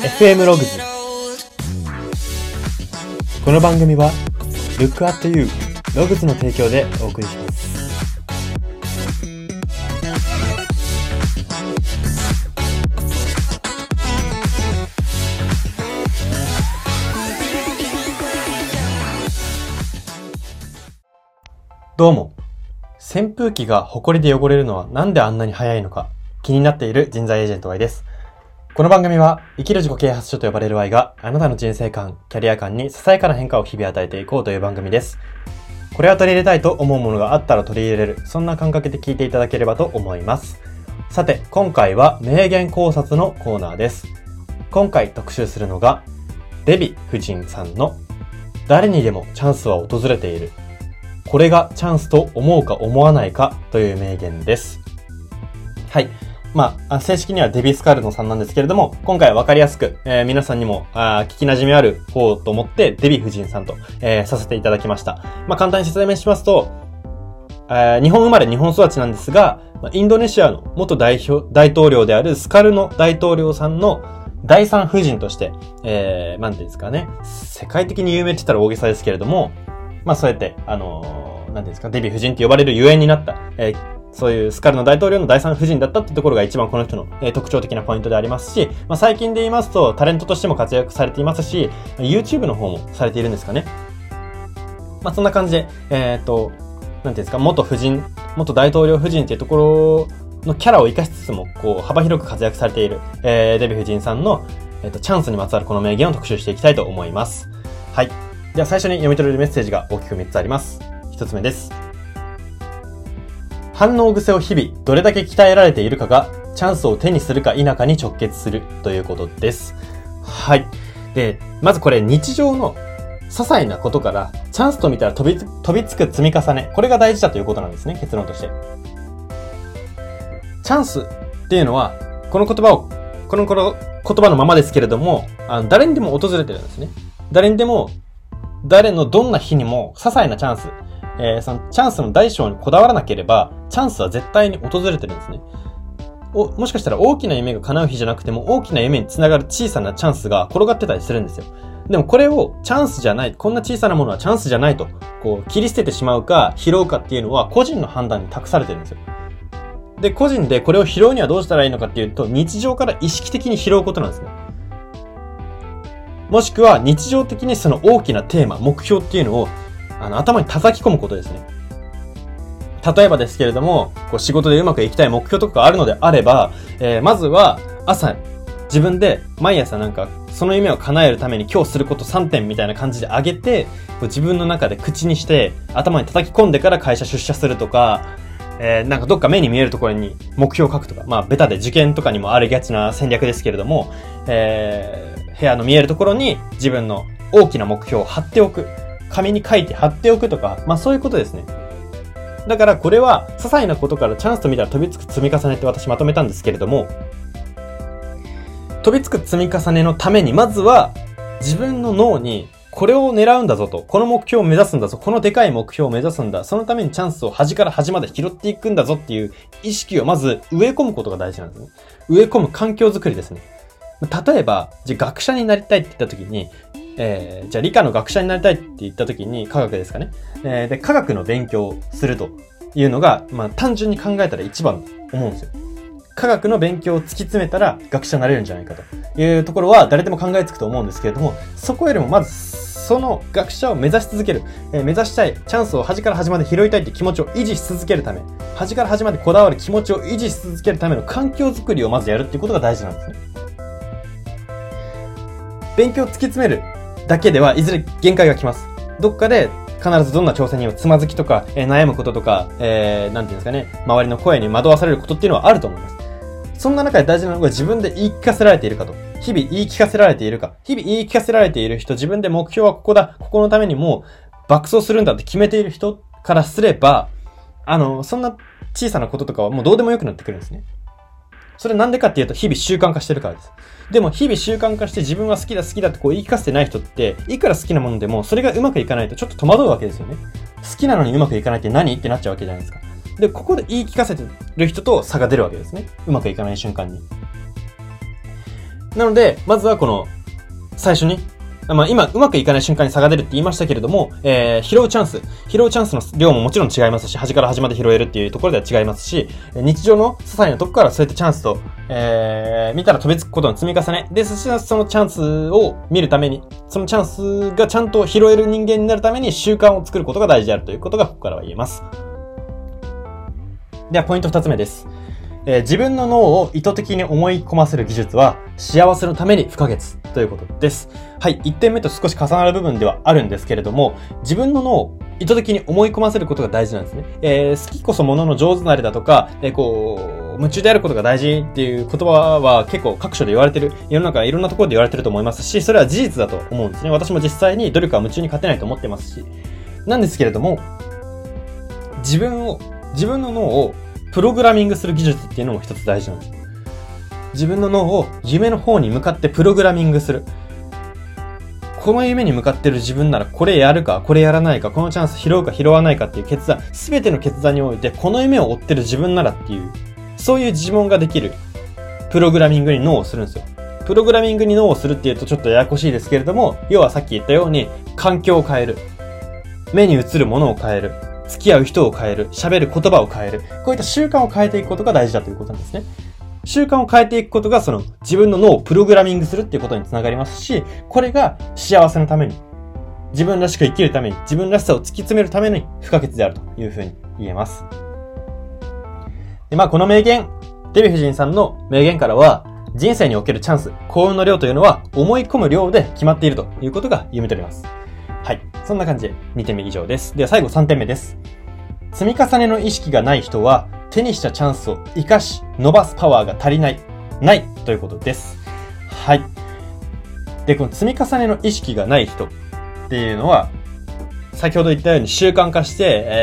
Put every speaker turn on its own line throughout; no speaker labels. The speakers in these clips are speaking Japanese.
FM ログズ。この番組は Look at You ログズの提供でお送りします。どうも。扇風機がホコリで汚れるのはなんであんなに早いのか気になっている人材エージェント Y です。この番組は生きる自己啓発書と呼ばれる Y があなたの人生観、キャリア観にささやかな変化を日々与えていこうという番組です。これは取り入れたいと思うものがあったら取り入れれる、そんな感覚で聞いていただければと思います。さて、今回は名言考察のコーナーです。今回特集するのがデヴィ夫人さんの誰にでもチャンスは訪れている。これがチャンスと思うか思わないかという名言です。はい。正式にはデヴィ・スカルノさんなんですけれども、今回はわかりやすく、皆さんにも聞き馴染みある方と思ってデヴィ夫人さんと、させていただきました。簡単に説明しますと、日本生まれ日本育ちなんですが、インドネシアの元大統領であるスカルノ大統領さんの第三夫人として、なんていうんですかね、世界的に有名って言ったら大げさですけれども、そうやって、なんていうんですか、デヴィ夫人って呼ばれるゆえんになった、そういうスカルノ大統領の第三夫人だったってところが一番この人の、特徴的なポイントでありますし、最近で言いますとタレントとしても活躍されていますし、YouTube の方もされているんですかね。そんな感じで、なんていうんですか、元大統領夫人っていうところのキャラを活かしつつも、幅広く活躍されている、デヴィ夫人さんの、チャンスにまつわるこの名言を特集していきたいと思います。はい。では最初に読み取れるメッセージが大きく3つあります。1つ目です。反応癖を日々どれだけ鍛えられているかがチャンスを手にするか否かに直結するということです。はい。で、まずこれ日常の些細なことからチャンスと見たら飛びつく積み重ね、これが大事だということなんですね、結論として。チャンスっていうのはこの言葉のままですけれども、誰にでも訪れてるんですね。誰のどんな日にも些細なチャンス、そのチャンスの大小にこだわらなければチャンスは絶対に訪れてるんですね。もしかしたら大きな夢が叶う日じゃなくても大きな夢につながる小さなチャンスが転がってたりするんですよ。でもこれをチャンスじゃない、こんな小さなものはチャンスじゃないと切り捨ててしまうか拾うかっていうのは個人の判断に託されてるんですよ。で、個人でこれを拾うにはどうしたらいいのかっていうと、日常から意識的に拾うことなんですね。もしくは日常的にその大きなテーマ、目標っていうのを頭に叩き込むことですね。例えばですけれども、仕事でうまくいきたい目標とかがあるのであれば、まずは朝自分で毎朝その夢を叶えるために今日すること3点みたいな感じで上げて、自分の中で口にして頭に叩き込んでから会社出社するとか、どっか目に見えるところに目標を書くとか、ベタで受験とかにもありがちな戦略ですけれども、部屋の見えるところに自分の大きな目標を貼っておく。紙に書いて貼っておくとか、そういうことですね。だからこれは些細なことからチャンスと見たら飛びつく積み重ねって私まとめたんですけれども、飛びつく積み重ねのためにまずは自分の脳にこれを狙うんだぞと、この目標を目指すんだぞ、このでかい目標を目指すんだ、そのためにチャンスを端から端まで拾っていくんだぞっていう意識をまず植え込むことが大事なんですね。植え込む環境づくりですね。例えば、学者になりたいって言った時に、理科の学者になりたいって言った時に、科学ですかね。で、科学の勉強をするというのが、単純に考えたら一番と思うんですよ。科学の勉強を突き詰めたら学者になれるんじゃないかというところは誰でも考えつくと思うんですけれども、そこよりもまずその学者を目指し続ける、目指したいチャンスを端から端まで拾いたいって気持ちを維持し続けるため、端から端までこだわる気持ちを維持し続けるための環境づくりをまずやるっていうことが大事なんですね。勉強を突き詰めるだけではいずれ限界が来ます。どっかで必ずどんな挑戦にもつまずきとか、悩むこととか、なんていうんですかね、周りの声に惑わされることっていうのはあると思います。そんな中で大事なのが自分で言い聞かせられているかと。日々言い聞かせられているか。日々言い聞かせられている人、自分で目標はここだ、ここのためにもう爆走するんだって決めている人からすれば、そんな小さなこととかはもうどうでもよくなってくるんですね。それなんでかっていうと日々習慣化してるからです。でも日々習慣化して自分は好きだって言い聞かせてない人って、いくら好きなものでもそれがうまくいかないとちょっと戸惑うわけですよね。好きなのにうまくいかないって何ってなっちゃうわけじゃないですか。で、ここで言い聞かせてる人と差が出るわけですね。うまくいかない瞬間に。 なので、まずはこの、最初に、今、うまくいかない瞬間に差が出るって言いましたけれども、拾うチャンスの量ももちろん違いますし、端から端まで拾えるっていうところでは違いますし、日常の些細なとこからそうやってチャンスと、見たら飛びつくことの積み重ね。で、そしてそのチャンスを見るために、そのチャンスがちゃんと拾える人間になるために習慣を作ることが大事であるということがここからは言えます。では、ポイント2つ目です。自分の脳を意図的に思い込ませる技術は幸せのために不可欠ということです。はい、1点目と少し重なる部分ではあるんですけれども、自分の脳を意図的に思い込ませることが大事なんですね。好きこそものの上手なれだとか、夢中であることが大事っていう言葉は結構各所で言われてる、世の中いろんなところで言われてると思いますし、それは事実だと思うんですね。私も実際に努力は夢中に勝てないと思ってますし。なんですけれども、自分の脳をプログラミングする技術っていうのも一つ大事なんです。自分の脳を夢の方に向かってプログラミングする。この夢に向かってる自分ならこれやるか、これやらないか、このチャンス拾うか拾わないかっていう決断、すべての決断においてこの夢を追ってる自分ならっていう、そういう自問ができるプログラミングに脳をするんですよ。プログラミングに脳をするっていうとちょっとややこしいですけれども、要はさっき言ったように環境を変える。目に映るものを変える。付き合う人を変える。喋る言葉を変える。こういった習慣を変えていくことが大事だということなんですね。習慣を変えていくことがその自分の脳をプログラミングするっていうことにつながりますし、これが幸せのために、自分らしく生きるために、自分らしさを突き詰めるために不可欠であるというふうに言えます。で、この名言、デヴィ夫人さんの名言からは、人生におけるチャンス、幸運の量というのは思い込む量で決まっているということが読み取れます。はい。そんな感じで2点目以上です。では最後3点目です。積み重ねの意識がない人は手にしたチャンスを生かし伸ばすパワーが足りないということです。はい。で、この積み重ねの意識がない人っていうのは先ほど言ったように習慣化して、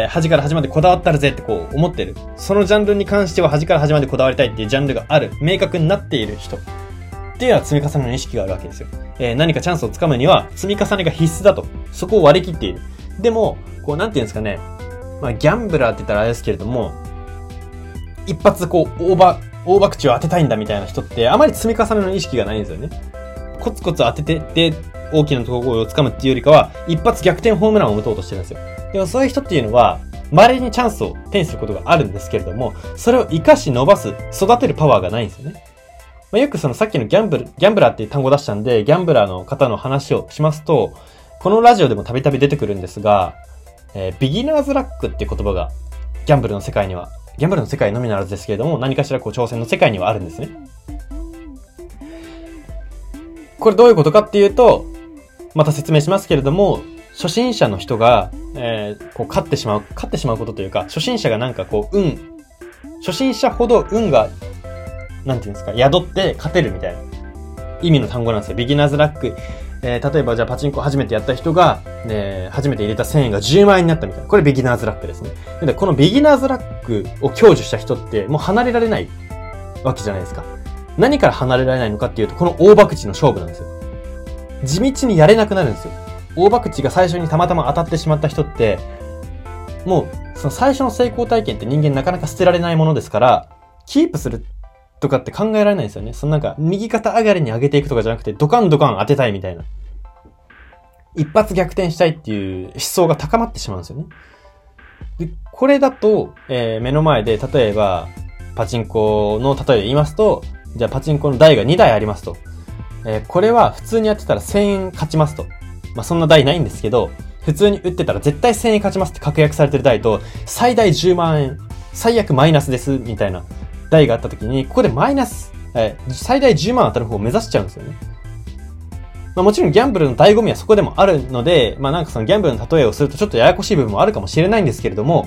端から端までこだわったるぜってこう思ってる。そのジャンルに関しては端から端までこだわりたいっていうジャンルがある。明確になっている人。っていうのは積み重ねの意識があるわけですよ。何かチャンスをつかむには積み重ねが必須だと。そこを割り切っている。でも、なんていうんですかね。ギャンブラーって言ったらあれですけれども、一発大博打を当てたいんだみたいな人ってあまり積み重ねの意識がないんですよね。コツコツ当てて、で、大きなところをつかむっていうよりかは、一発逆転ホームランを打とうとしてるんですよ。でもそういう人っていうのは、稀にチャンスを手にすることがあるんですけれども、それを活かし伸ばす、育てるパワーがないんですよね。よくさっきのギャンブラーっていう単語出したんで、ギャンブラーの方の話をしますと、このラジオでもたびたび出てくるんですが、ビギナーズラックっていう言葉がギャンブルの世界のみならずですけれども、何かしら挑戦の世界にはあるんですね。これどういうことかっていうと、また説明しますけれども、初心者の人が、勝ってしまうことというか、初心者が初心者ほど運がなんていうんですか、宿って勝てるみたいな意味の単語なんですよ。ビギナーズラック。例えばじゃあパチンコ初めてやった人が、初めて入れた1000円が10万円になったみたいな。これビギナーズラックですね。でこのビギナーズラックを享受した人ってもう離れられないわけじゃないですか。何から離れられないのかっていうと、この大博打の勝負なんですよ。地道にやれなくなるんですよ。大博打が最初にたまたま当たってしまった人って、もうその最初の成功体験って人間なかなか捨てられないものですから、キープするとかって考えられないんですよね。右肩上がりに上げていくとかじゃなくて、ドカンドカン当てたいみたいな。一発逆転したいっていう思想が高まってしまうんですよね。で、これだと、目の前で、例えば、パチンコの例えで言いますと、じゃあパチンコの台が2台ありますと。これは普通にやってたら1000円勝ちますと。そんな台ないんですけど、普通に打ってたら絶対1000円勝ちますって確約されてる台と、最大10万円、最悪マイナスです、みたいな。台があった時に、ここでマイナス、最大10万当たる方を目指しちゃうんですよね。もちろんギャンブルの醍醐味はそこでもあるので、そのギャンブルの例えをするとちょっとややこしい部分もあるかもしれないんですけれども、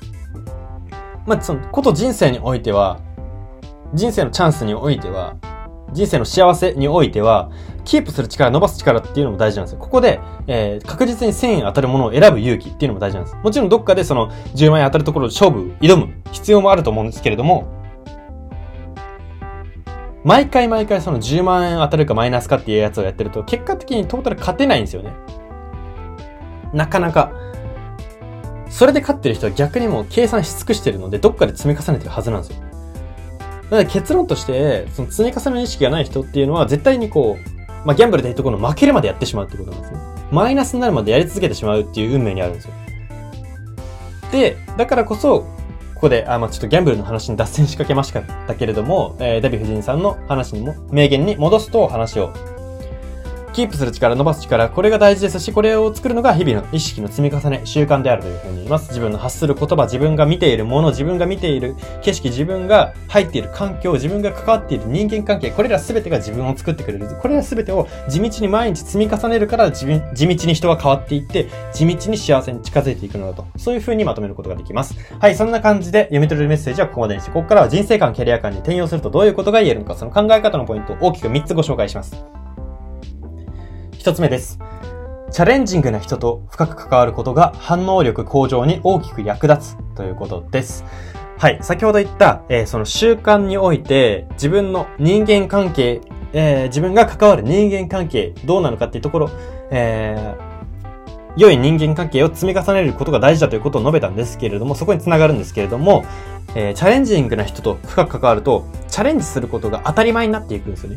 こと人生においては、人生のチャンスにおいては、人生の幸せにおいては、キープする力、伸ばす力っていうのも大事なんですよ。ここで、確実に1000円当たるものを選ぶ勇気っていうのも大事なんです。もちろんどっかでその10万円当たるところで勝負、挑む必要もあると思うんですけれども、毎回その10万円当たるかマイナスかっていうやつをやってると、結果的にトータル勝てないんですよね。なかなか。それで勝ってる人は逆にもう計算し尽くしてるので、どっかで積み重ねてるはずなんですよ。 なので結論として、その積み重ねの意識がない人っていうのは絶対にこう、ギャンブルでいうところの負けるまでやってしまうってことなんですね。マイナスになるまでやり続けてしまうっていう運命にあるんですよ。で、だからこそ、ここで、ちょっとギャンブルの話に脱線しかけましたけれども、ダビ夫人さんの話にも、名言に戻すと話を、キープする力、伸ばす力、これが大事ですし、これを作るのが日々の意識の積み重ね、習慣であるというふうに言います。自分の発する言葉、自分が見ているもの、自分が見ている景色、自分が入っている環境、自分が関わっている人間関係、これら全てが自分を作ってくれる。これら全てを地道に毎日積み重ねるから地道に人は変わっていって、地道に幸せに近づいていくのだと。そういうふうにまとめることができます。はい、そんな感じで読み取れるメッセージはここまでにして、ここからは人生観、キャリア観に転用するとどういうことが言えるのか、その考え方のポイントを大きく3つご紹介します。一つ目です。チャレンジングな人と深く関わることが反応力向上に大きく役立つということです。はい。先ほど言った、その習慣において自分の人間関係、自分が関わる人間関係どうなのかっていうところ、良い人間関係を積み重ねることが大事だということを述べたんですけれども、そこにつながるんですけれども、チャレンジングな人と深く関わると、チャレンジすることが当たり前になっていくんですよね。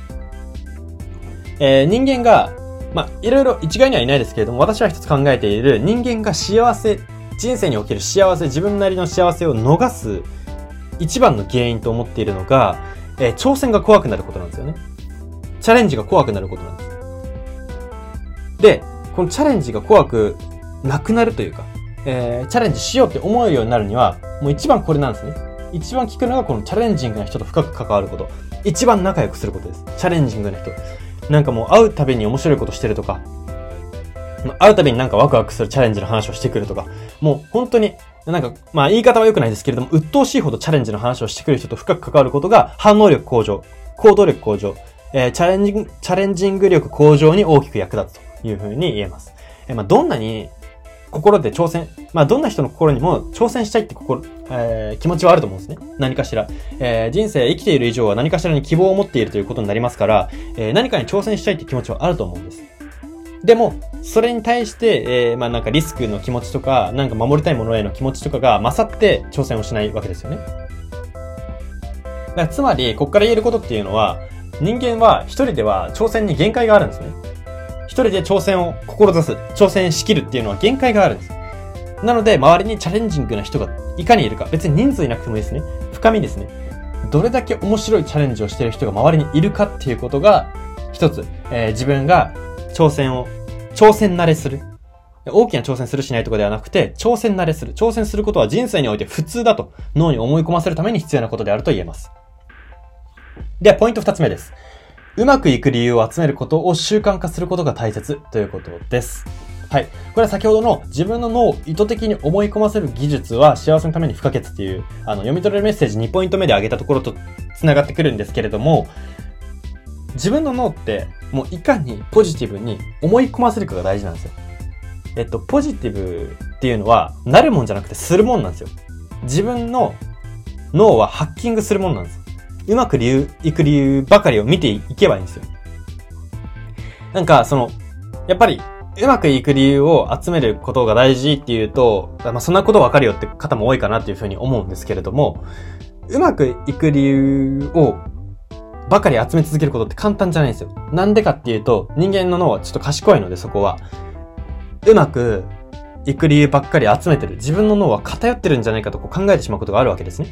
人間が、いろいろ一概にはいないですけれども、私は一つ考えている人間が幸せ、人生における幸せ、自分なりの幸せを逃す一番の原因と思っているのが、挑戦が怖くなることなんですよね。チャレンジが怖くなることなんです。で、このチャレンジが怖くなくなるというか、チャレンジしようって思うようになるには、もう一番これなんですね。一番効くのがこのチャレンジングな人と深く関わること。一番仲良くすることです。チャレンジングな人。なんかもう会うたびに面白いことしてるとか、会うたびになんかワクワクするチャレンジの話をしてくるとか、もう本当に、なんか、言い方は良くないですけれども、鬱陶しいほどチャレンジの話をしてくる人と深く関わることが反応力向上、行動力向上、チャレンジング力向上に大きく役立つというふうに言えます。どんなに心で挑戦、どんな人の心にも挑戦したいって気持ちはあると思うんですね。何かしら。人生生きている以上は何かしらに希望を持っているということになりますから、何かに挑戦したいって気持ちはあると思うんです。でも、それに対して、なんかリスクの気持ちとか、なんか守りたいものへの気持ちとかが勝って挑戦をしないわけですよね。だからつまり、ここから言えることっていうのは、人間は一人では挑戦に限界があるんですね。一人で挑戦を志す、挑戦しきるっていうのは限界があるんです。なので、周りにチャレンジングな人がいかにいるか、別に人数いなくてもいいですね。深みですね。どれだけ面白いチャレンジをしている人が周りにいるかっていうことが、一つ、自分が挑戦慣れする。大きな挑戦するしないとかではなくて、挑戦慣れする。挑戦することは人生において普通だと脳に思い込ませるために必要なことであると言えます。では、ポイント二つ目です。うまくいく理由を集めることを習慣化することが大切ということです。はい。これは先ほどの自分の脳を意図的に思い込ませる技術は幸せのために不可欠っていう、読み取れるメッセージ2ポイント目で挙げたところと繋がってくるんですけれども、自分の脳ってもういかにポジティブに思い込ませるかが大事なんですよ。ポジティブっていうのはなるもんじゃなくてするもんなんですよ。自分の脳はハッキングするもんなんです。うまくいく理由ばかりを見ていけばいいんですよ。なんかやっぱりうまくいく理由を集めることが大事っていうと、そんなことわかるよって方も多いかなっていうふうに思うんですけれども、うまくいく理由をばかり集め続けることって簡単じゃないんですよ。なんでかっていうと、人間の脳はちょっと賢いのでそこは。うまくいく理由ばっかり集めてる。自分の脳は偏ってるんじゃないかと考えてしまうことがあるわけですね。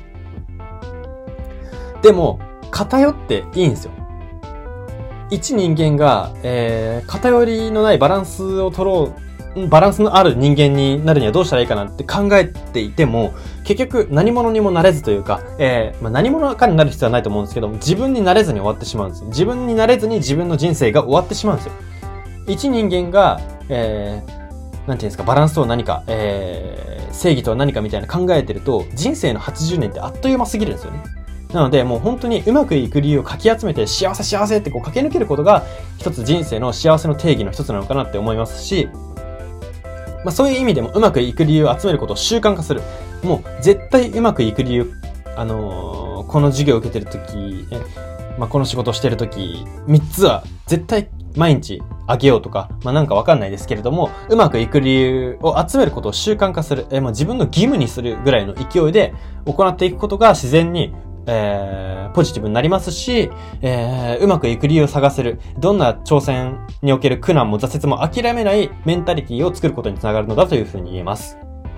でも、偏っていいんですよ。一人間が、偏りのないバランスのある人間になるにはどうしたらいいかなって考えていても、結局何者にもなれずというか、何者かになる必要はないと思うんですけども、自分になれずに終わってしまうんですよ。自分になれずに自分の人生が終わってしまうんですよ。一人間が、なんていうんですか、バランスとは何か、正義とは何かみたいな考えてると、人生の80年ってあっという間すぎるんですよね。なので、もう本当にうまくいく理由をかき集めて、幸せ幸せって駆け抜けることが、一つ人生の幸せの定義の一つなのかなって思いますし、そういう意味でもうまくいく理由を集めることを習慣化する。もう絶対うまくいく理由、この授業を受けてるとき、この仕事をしてるとき、3つは絶対毎日あげようとか、なんかわかんないですけれども、うまくいく理由を集めることを習慣化する。自分の義務にするぐらいの勢いで行っていくことが自然にポジティブになりますし、うまくいく理由を探せる。どんな挑戦における苦難も挫折も諦めないメンタリティを作ることにつながるのだというふうに言えます。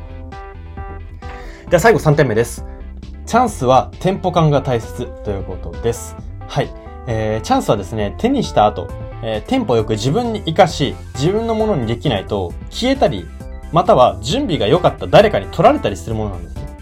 では最後3点目です。チャンスはテンポ感が大切ということです。はい。チャンスはですね、手にした後、テンポよく自分に活かし、自分のものにできないと消えたり、または準備が良かった誰かに取られたりするものなんですね。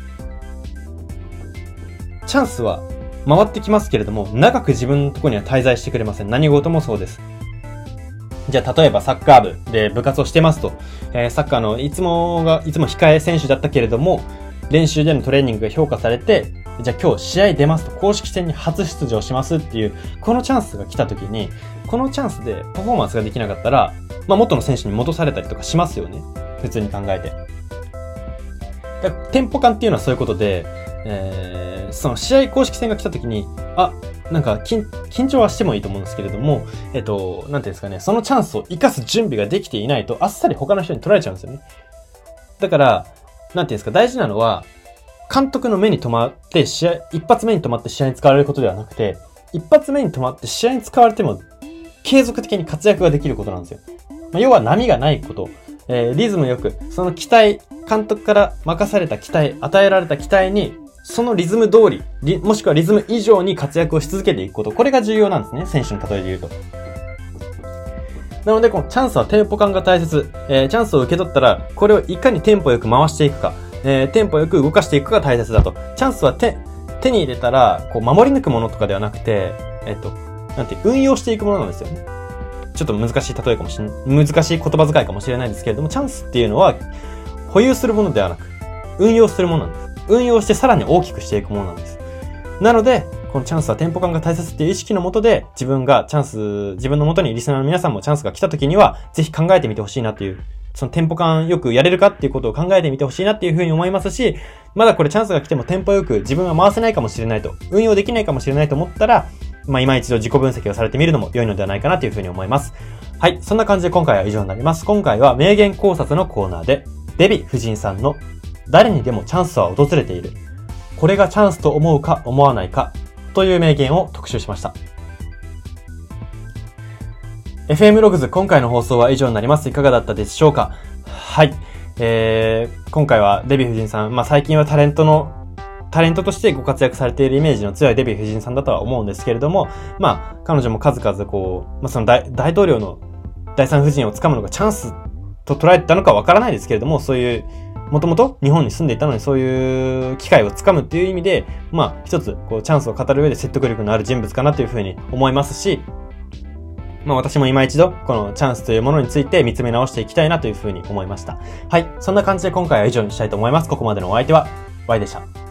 チャンスは回ってきますけれども、長く自分のところには滞在してくれません。何事もそうです。じゃあ、例えばサッカー部で部活をしてますと、サッカーのいつも控え選手だったけれども、練習でのトレーニングが評価されて、じゃあ今日試合出ますと、公式戦に初出場しますっていう、このチャンスが来た時に、このチャンスでパフォーマンスができなかったら、元の選手に戻されたりとかしますよね。普通に考えて。だからテンポ感っていうのはそういうことで、その試合公式戦が来た時に、なんか緊張はしてもいいと思うんですけれども、なんていうんですかね、そのチャンスを生かす準備ができていないと、あっさり他の人に取られちゃうんですよね。だから、なんていうんですか、大事なのは、監督の目に留まって一発目に留まって試合に使われることではなくて、一発目に留まって試合に使われても、継続的に活躍ができることなんですよ。要は波がないこと、リズムよく、その期待、監督から任された期待、与えられた期待に、そのリズム通り、もしくはリズム以上に活躍をし続けていくこと、これが重要なんですね、選手の例えで言うと。なので、このチャンスはテンポ感が大切。チャンスを受け取ったら、これをいかにテンポよく回していくか、テンポよく動かしていくかが大切だと。チャンスは手に入れたら、守り抜くものとかではなくて、運用していくものなんですよね。ちょっと難しい例えかもしれない、難しい言葉遣いかもしれないですけれども、チャンスっていうのは、保有するものではなく、運用するものなんです。運用してさらに大きくしていくものなんです。なので、このチャンスはテンポ感が大切っていう意識のもとで、自分のもとにリスナーの皆さんもチャンスが来た時には、ぜひ考えてみてほしいなっていう、そのテンポ感よくやれるかっていうことを考えてみてほしいなっていうふうに思いますし、まだこれチャンスが来てもテンポよく自分は回せないかもしれないと、運用できないかもしれないと思ったら、今一度自己分析をされてみるのも良いのではないかなというふうに思います。はい、そんな感じで今回は以上になります。今回は名言考察のコーナーで、デヴィ夫人さんの誰にでもチャンスは訪れている。これがチャンスと思うか思わないかという名言を特集しました。FM ログズ、今回の放送は以上になります。いかがだったでしょうか？はい。今回はデヴィ夫人さん、最近はタレントとしてご活躍されているイメージの強いデヴィ夫人さんだとは思うんですけれども、彼女も数々その大統領の第三夫人を掴むのがチャンスと捉えてたのかわからないですけれども、そういう、もともと日本に住んでいたのにそういう機会を掴むっていう意味で、一つ、チャンスを語る上で説得力のある人物かなというふうに思いますし、私も今一度、このチャンスというものについて見つめ直していきたいなというふうに思いました。はい。そんな感じで今回は以上にしたいと思います。ここまでのお相手は、Y でした。